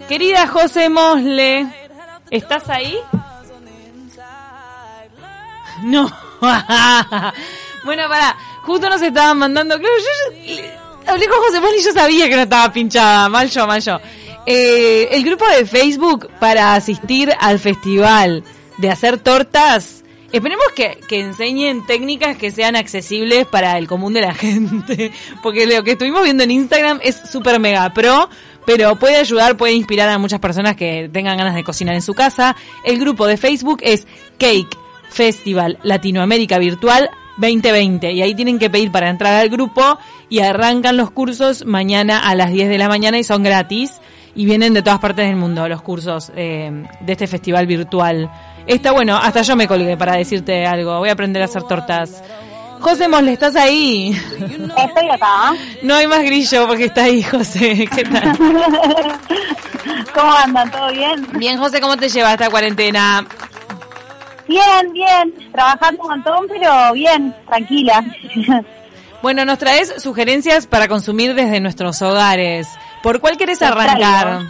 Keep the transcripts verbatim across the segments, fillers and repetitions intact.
Querida José Mosle, ¿estás ahí? No. Bueno, pará, justo nos estaban mandando... Claro, yo, yo hablé con José Mosle y yo sabía que no estaba pinchada. Mal yo, mal yo. Eh, el grupo de Facebook para asistir al festival de hacer tortas... Esperemos que, que enseñen técnicas que sean accesibles para el común de la gente, porque lo que estuvimos viendo en Instagram es súper mega pro, pero puede ayudar, puede inspirar a muchas personas que tengan ganas de cocinar en su casa. El grupo de Facebook es Cake Festival Latinoamérica Virtual veinte veinte, y ahí tienen que pedir para entrar al grupo, y arrancan los cursos mañana a las diez de la mañana y son gratis, y vienen de todas partes del mundo los cursos eh, de este festival virtual. Está bueno, hasta yo me colgué para decirte algo. Voy a aprender a hacer tortas. José Mosle, ¿estás ahí? Estoy acá. No hay más grillo porque está ahí, José. ¿Qué tal? ¿Cómo andan? ¿Todo bien? Bien, José, ¿cómo te lleva esta cuarentena? Bien, bien. Trabajando un montón, pero bien, tranquila. Bueno, nos traes sugerencias para consumir desde nuestros hogares. ¿Por cuál querés arrancar?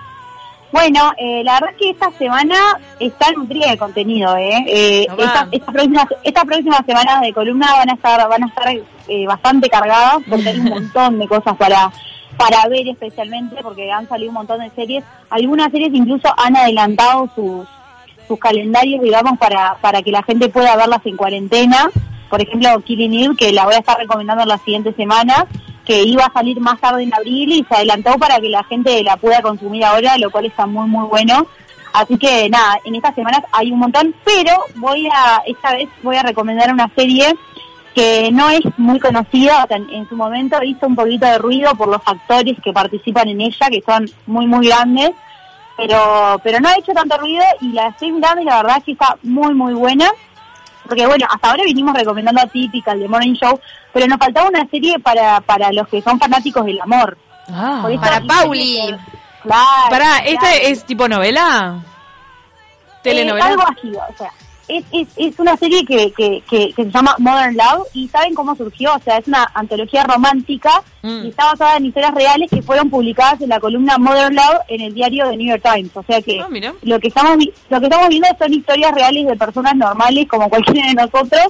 Bueno, eh, la verdad es que esta semana está nutrida de contenido, ¿eh? eh no esta, esta próxima, estas próximas semanas de columna van a estar van a estar eh, bastante cargadas, porque hay un montón de cosas para para ver, especialmente porque han salido un montón de series. Algunas series incluso han adelantado sus sus calendarios, digamos, para para que la gente pueda verlas en cuarentena. Por ejemplo, Killing Eve, que la voy a estar recomendando en las siguientes semanas, que iba a salir más tarde en abril y se adelantó para que la gente la pueda consumir ahora, lo cual está muy muy bueno. Así que nada, en estas semanas hay un montón, pero voy a esta vez voy a recomendar una serie que no es muy conocida, o sea, en, en su momento hizo un poquito de ruido por los actores que participan en ella, que son muy muy grandes, pero pero no ha hecho tanto ruido, y la estoy mirando y la verdad es que está muy muy buena. Porque bueno, hasta ahora vinimos recomendando Atypical, The Morning Show, pero nos faltaba una serie para para los que son fanáticos del amor. Ah, para Pauli. Que, claro. Para, ¿esta claro. es tipo novela? ¿Telenovela? Eh, algo así, o sea, es, es, es una serie que, que, que, que se llama Modern Love, y ¿saben cómo surgió? O sea, es una antología romántica mm. y está basada en historias reales que fueron publicadas en la columna Modern Love en el diario The New York Times. O sea que oh, lo que estamos lo que estamos viendo son historias reales de personas normales como cualquiera de nosotros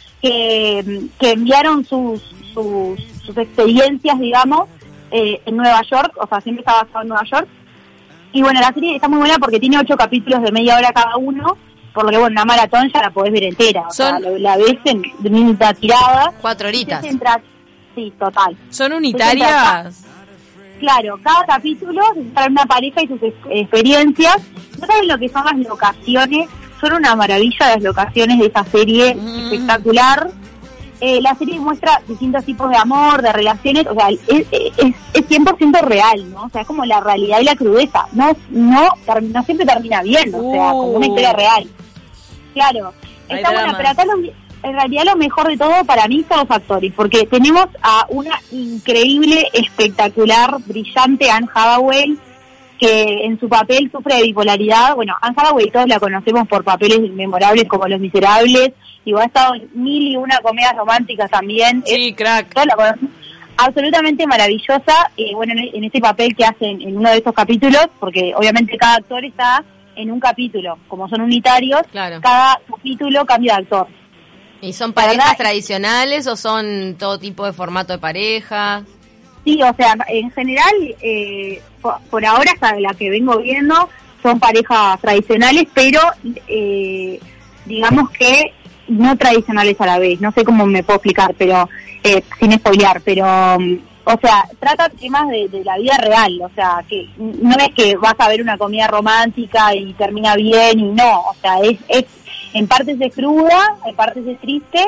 que, que enviaron sus, sus, sus experiencias, digamos, eh, en Nueva York. O sea, siempre está basado en Nueva York. Y bueno, la serie está muy buena porque tiene ocho capítulos de media hora cada uno, por lo que, bueno, una maratón ya la podés ver entera. O Son... sea, la ves en de minuta tirada. Cuatro horitas. Entra... Sí, total. ¿Son unitarias? Claro, cada capítulo se centra en una pareja y sus ex- experiencias. ¿No saben lo que son las locaciones? Son una maravilla las locaciones de esa serie, mm. espectacular. Eh, la serie muestra distintos tipos de amor, de relaciones, o sea, es, es, es cien por ciento real, ¿no? O sea, es como la realidad y la crudeza, no no, no siempre termina bien, o sea, como una historia real. Claro, hay está buena, dramas. pero acá lo, en realidad lo mejor de todo para mí son los actores, porque tenemos a una increíble, espectacular, brillante Anne Hathaway, que en su papel sufre de bipolaridad. Bueno, Anne Hathaway todos la conocemos por papeles memorables como Los Miserables, y ha estado en mil y una comedias románticas también. Sí, es, crack. Todos la conocemos. Absolutamente maravillosa, eh, bueno, en, en ese papel que hace en, en uno de estos capítulos, porque obviamente cada actor está en un capítulo, como son unitarios, claro. Cada capítulo cambia de actor. ¿Y son parejas ¿verdad? tradicionales o son todo tipo de formato de pareja? Sí, o sea, en general, eh, por, por ahora hasta la que vengo viendo, son parejas tradicionales, pero eh, digamos que no tradicionales a la vez. No sé cómo me puedo explicar, pero eh, sin spoilear, pero o sea, trata temas de, de la vida real, o sea, que no es que vas a ver una comedia romántica y termina bien y no, o sea, es, es en partes es cruda, en partes es triste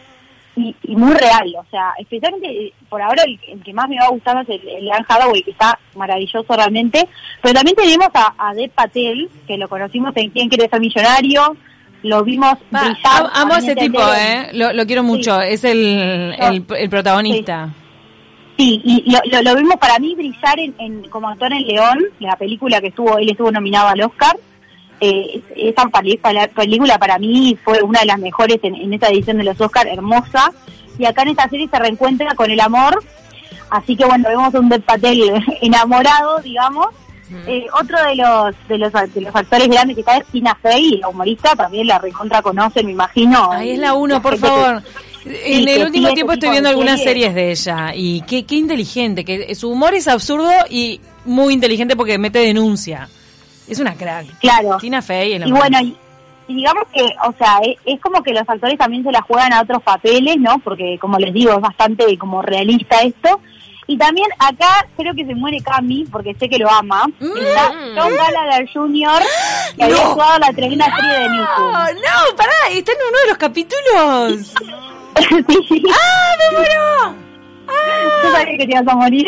y, y muy real, o sea, especialmente por ahora el, el que más me va gustando es el, el Anne Hathaway, que está maravilloso realmente, pero también tenemos a, a Dev Patel, que lo conocimos en Quién quiere ser millonario. Lo vimos Va, brillar. Amo a ese tipo, ¿eh? Lo, lo quiero mucho. Sí. Es el, el, el protagonista. Sí, sí y lo, lo, lo vimos para mí brillar en, en como actor en León, la película que estuvo, él estuvo nominado al Oscar. Eh, esa película para mí fue una de las mejores en, en esta edición de los Oscar, hermosa. Y acá en esta serie se reencuentra con el amor. Así que bueno, vemos a un Dev Patel enamorado, digamos. Eh, otro de los, de los de los actores grandes que está es Tina Fey, la humorista, también la recontra conocen, me imagino. Ahí es la uno, por favor. Que, en el último tiempo estoy viendo algunas series de ella y qué, qué inteligente, que su humor es absurdo y muy inteligente porque mete denuncia. Es una crack. Claro. Tina Fey. Y bueno, y, y digamos que, o sea, es, es como que los actores también se la juegan a otros papeles, ¿no? Porque, como les digo, es bastante como realista esto. Y también acá creo que se muere Cami, porque sé que lo ama. Mm. Está John Gallagher junior, que no. había jugado la tremenda serie de Newton. No, no, pará, está en uno de los capítulos. Sí. ¡Ah, me muero! ¡Ah! Yo sabía que te ibas a morir.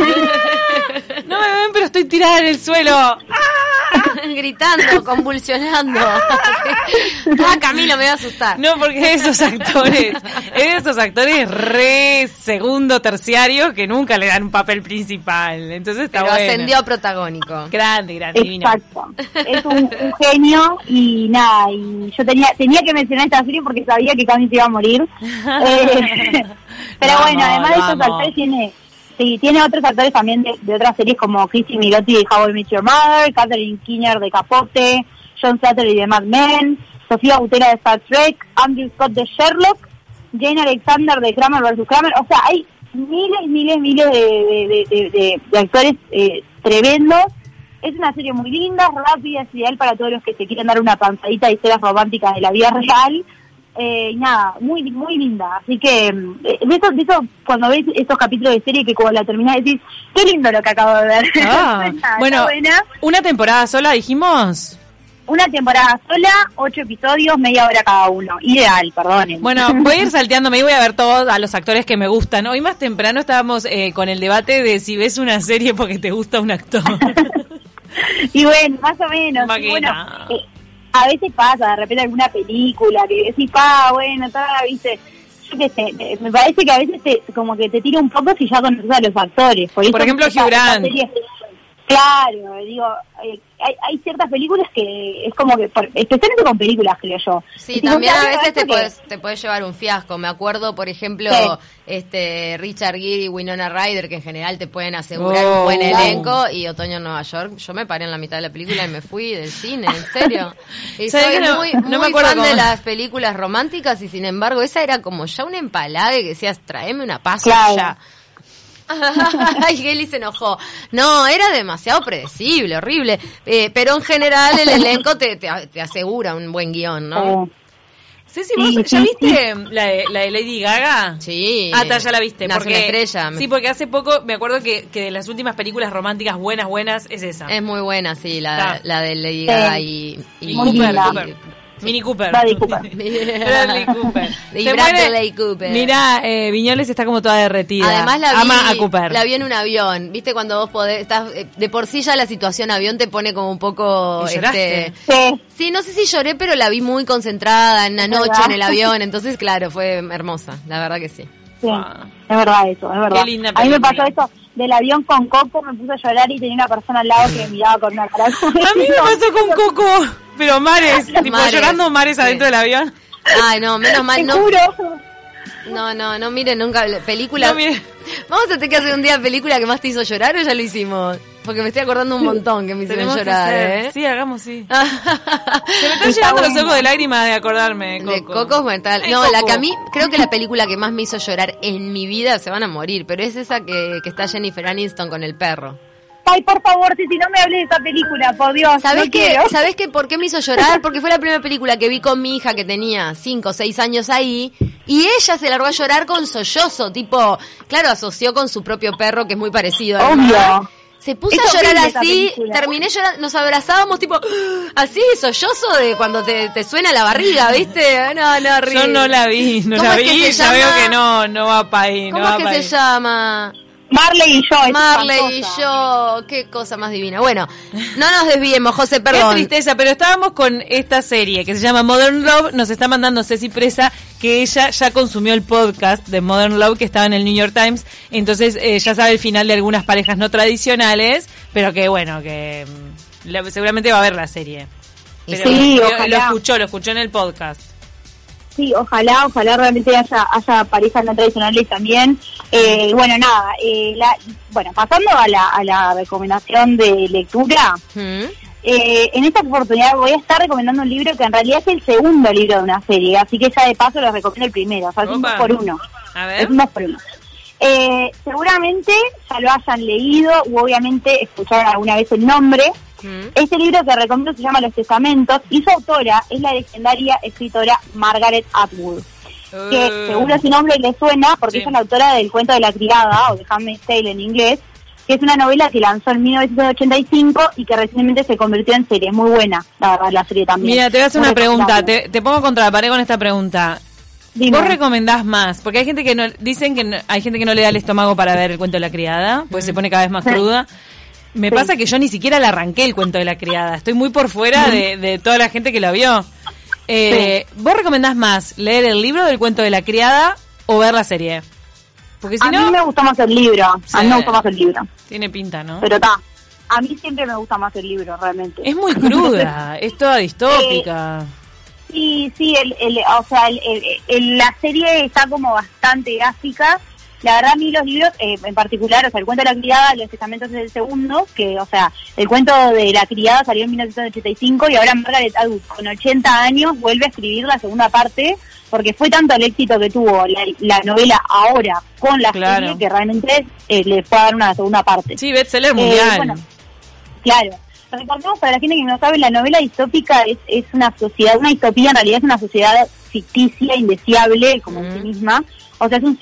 No me ven, pero estoy tirada en el suelo. ¡Ah! Gritando, convulsionando. Ah, Camilo, me va a asustar. No, porque esos actores, esos actores re segundo, terciarios que nunca le dan un papel principal. Entonces está Pero bueno. ascendió a protagónico. Grande, grande, Exacto. Divino. Es un, un genio y nada, y yo tenía tenía que mencionar esta serie porque sabía que Cami se iba a morir. eh, pero vamos, bueno, además de esos vamos. actores tiene... Sí, tiene otros actores también de, de otras series como Chrissy Milotti de How I Met Your Mother, Catherine Keener de Capote, John Slattery de Mad Men, Sofía Butera de Star Trek, Andrew Scott de Sherlock, Jane Alexander de Kramer versus. Kramer. O sea, hay miles, miles, miles de, de, de, de, de actores eh, tremendos. Es una serie muy linda, rápida, es ideal para todos los que se quieren dar una panzadita de historias románticas de la vida real. Eh, nada, muy muy linda, así que eh, de eso, de eso cuando ves estos capítulos de serie que cuando la terminás decís, qué lindo lo que acabo de ver. Ah, nada, bueno, una temporada sola dijimos. Una temporada sola, ocho episodios, media hora cada uno, ideal, perdonen. Bueno, voy a ir salteándome y voy a ver todos a los actores que me gustan. Hoy más temprano estábamos eh, con el debate de si ves una serie porque te gusta un actor. Y bueno, más o menos. Y bueno, eh, a veces pasa, de repente alguna película que decís, pa, bueno, está, viste, yo qué sé, me parece que a veces te, como que te tira un poco si ya conoces a los actores. Por, eso Por ejemplo, Hugh Grant. Claro, digo, eh, hay, hay ciertas películas que es como que, por, especialmente con películas, creo yo. Sí, y también a veces te puedes, te puedes llevar un fiasco. Me acuerdo, por ejemplo, sí. este Richard Gere y Winona Ryder, que en general te pueden asegurar oh, un buen elenco, y Otoño en Nueva York. Yo me paré en la mitad de la película y me fui del cine, en serio. Y soy no, muy, muy no me fan cómo... de las películas románticas, y sin embargo, esa era como ya un empalague que decías, tráeme una paz claro. ya. Ay, Geli se enojó. No, era demasiado predecible, horrible. Eh, pero en general el elenco te, te, te asegura un buen guión, ¿no? Ceci, ¿vos sí, ya sí, viste sí. La, de, la de Lady Gaga? Sí. Ah, ya la viste. Nace porque, una estrella. Sí, porque hace poco me acuerdo que, que de las últimas películas románticas buenas, buenas, es esa. Es muy buena, sí, la, ah. la de Lady Gaga y... y, Cooper, y, Cooper. y Mini Cooper. Bradley Cooper. Bradley Cooper. Y Bradley Cooper. Mira, eh, Viñoles está como toda derretida. Además la vi, ama a Cooper. La vi en un avión. ¿Viste cuando vos podés, estás, de por sí ya la situación avión te pone como un poco... este Sí. Sí, no sé si lloré, pero la vi muy concentrada en la noche ¿verdad? En el avión. Entonces, claro, fue hermosa. La verdad que sí. Sí, ah. es verdad eso, es verdad. Qué linda a mí me pasó eso del avión con Coco, me puse a llorar y tenía una persona al lado que me miraba con una cara. A mí me pasó con Coco, pero mares, tipo mares, llorando mares sí. adentro del avión. Ay, no, menos mal, Te no. juro. No, no, no miren nunca películas. No, mire. Vamos a tener que hacer un día película que más te hizo llorar, o ya lo hicimos. Porque me estoy acordando un montón que me hicieron Tenemos llorar, ¿eh? Sí, hagamos, sí. Se me están llenando los ojos de lágrimas de acordarme de Coco. De Coco es mental. No, Coco. La que a mí, creo que la película que más me hizo llorar en mi vida, se van a morir, pero es esa que, que está Jennifer Aniston con el perro. Ay, por favor, Titi, no me hables de esa película, por Dios. ¿Sabés no qué? ¿Sabés qué? ¿Por qué me hizo llorar? Porque fue la primera película que vi con mi hija que tenía cinco o seis años ahí, y ella se largó a llorar con sollozo, tipo, claro, asoció con su propio perro, que es muy parecido. Obvio. Se puso es a llorar así, terminé llorando, nos abrazábamos tipo, así, sollozo de cuando te, te suena la barriga, ¿viste? No, no, horrible. Yo no la vi, no la vi, y ya veo que no, no va para ahí. ¿Cómo no es que se ahí. llama? Marley y yo. Marley y yo, qué cosa más divina. Bueno, no nos desviemos, José, perdón. Qué tristeza, pero estábamos con esta serie que se llama Modern Love. Nos está mandando Ceci Presa que ella ya consumió el podcast de Modern Love que estaba en el New York Times. Entonces eh, ya sabe el final de algunas parejas no tradicionales, pero que bueno, que um, seguramente va a ver la serie. Pero sí, lo, lo escuchó, lo escuchó en el podcast. Sí, ojalá, ojalá realmente haya, haya parejas no tradicionales también. Eh, bueno, nada, eh, la, bueno, pasando a la, a la recomendación de lectura, ¿Mm? eh, en esta oportunidad voy a estar recomendando un libro que en realidad es el segundo libro de una serie, así que ya de paso les recomiendo el primero, o sea, es un dos por uno. A ver. Es un dos por uno. Eh, seguramente ya lo hayan leído u obviamente escucharon alguna vez el nombre. Mm. Este libro que recomiendo se llama Los Testamentos y su autora es la legendaria escritora Margaret Atwood, uh. que seguro su nombre le suena porque sí. es la autora del Cuento de la Criada o de Handmaid's Tale en inglés, que es una novela que lanzó en mil novecientos ochenta y cinco y que recientemente se convirtió en serie. Muy buena, la verdad, la serie también. Mira, te voy a hacer Muy una pregunta, te, te pongo contra la pared con esta pregunta. Dime. ¿Vos recomendás más? Porque hay gente que no, dicen que no, hay gente que no le da el estómago para ver el Cuento de la Criada, pues mm. se pone cada vez más cruda. Me sí. pasa que yo ni siquiera le arranqué el Cuento de la Criada. Estoy muy por fuera mm. de, de toda la gente que la vio. Eh, sí. ¿Vos recomendás más leer el libro del Cuento de la Criada o ver la serie? Porque si a no, mí me gusta más el libro. Sí. A mí me gusta más el libro. Tiene pinta, ¿no? Pero está. A mí siempre me gusta más el libro, realmente. Es muy cruda. Es toda distópica. Eh, Sí, sí, el, el, o sea, el, el, el, la serie está como bastante gráfica. La verdad, a mí los libros, eh, en particular, o sea, el Cuento de la Criada, Los Testamentos es el segundo, que, o sea, el Cuento de la Criada salió en mil novecientos ochenta y cinco y ahora Margaret Atwood, con ochenta años, vuelve a escribir la segunda parte, porque fue tanto el éxito que tuvo la, la novela ahora con la claro. serie, que realmente eh, le fue a dar una segunda parte. Sí, bestseller mundial. Eh, bueno, claro. Recordemos, para la gente que no sabe, la novela distópica es, es una sociedad, una distopía en realidad es una sociedad ficticia, indeseable, como mm. en sí misma. O sea, es un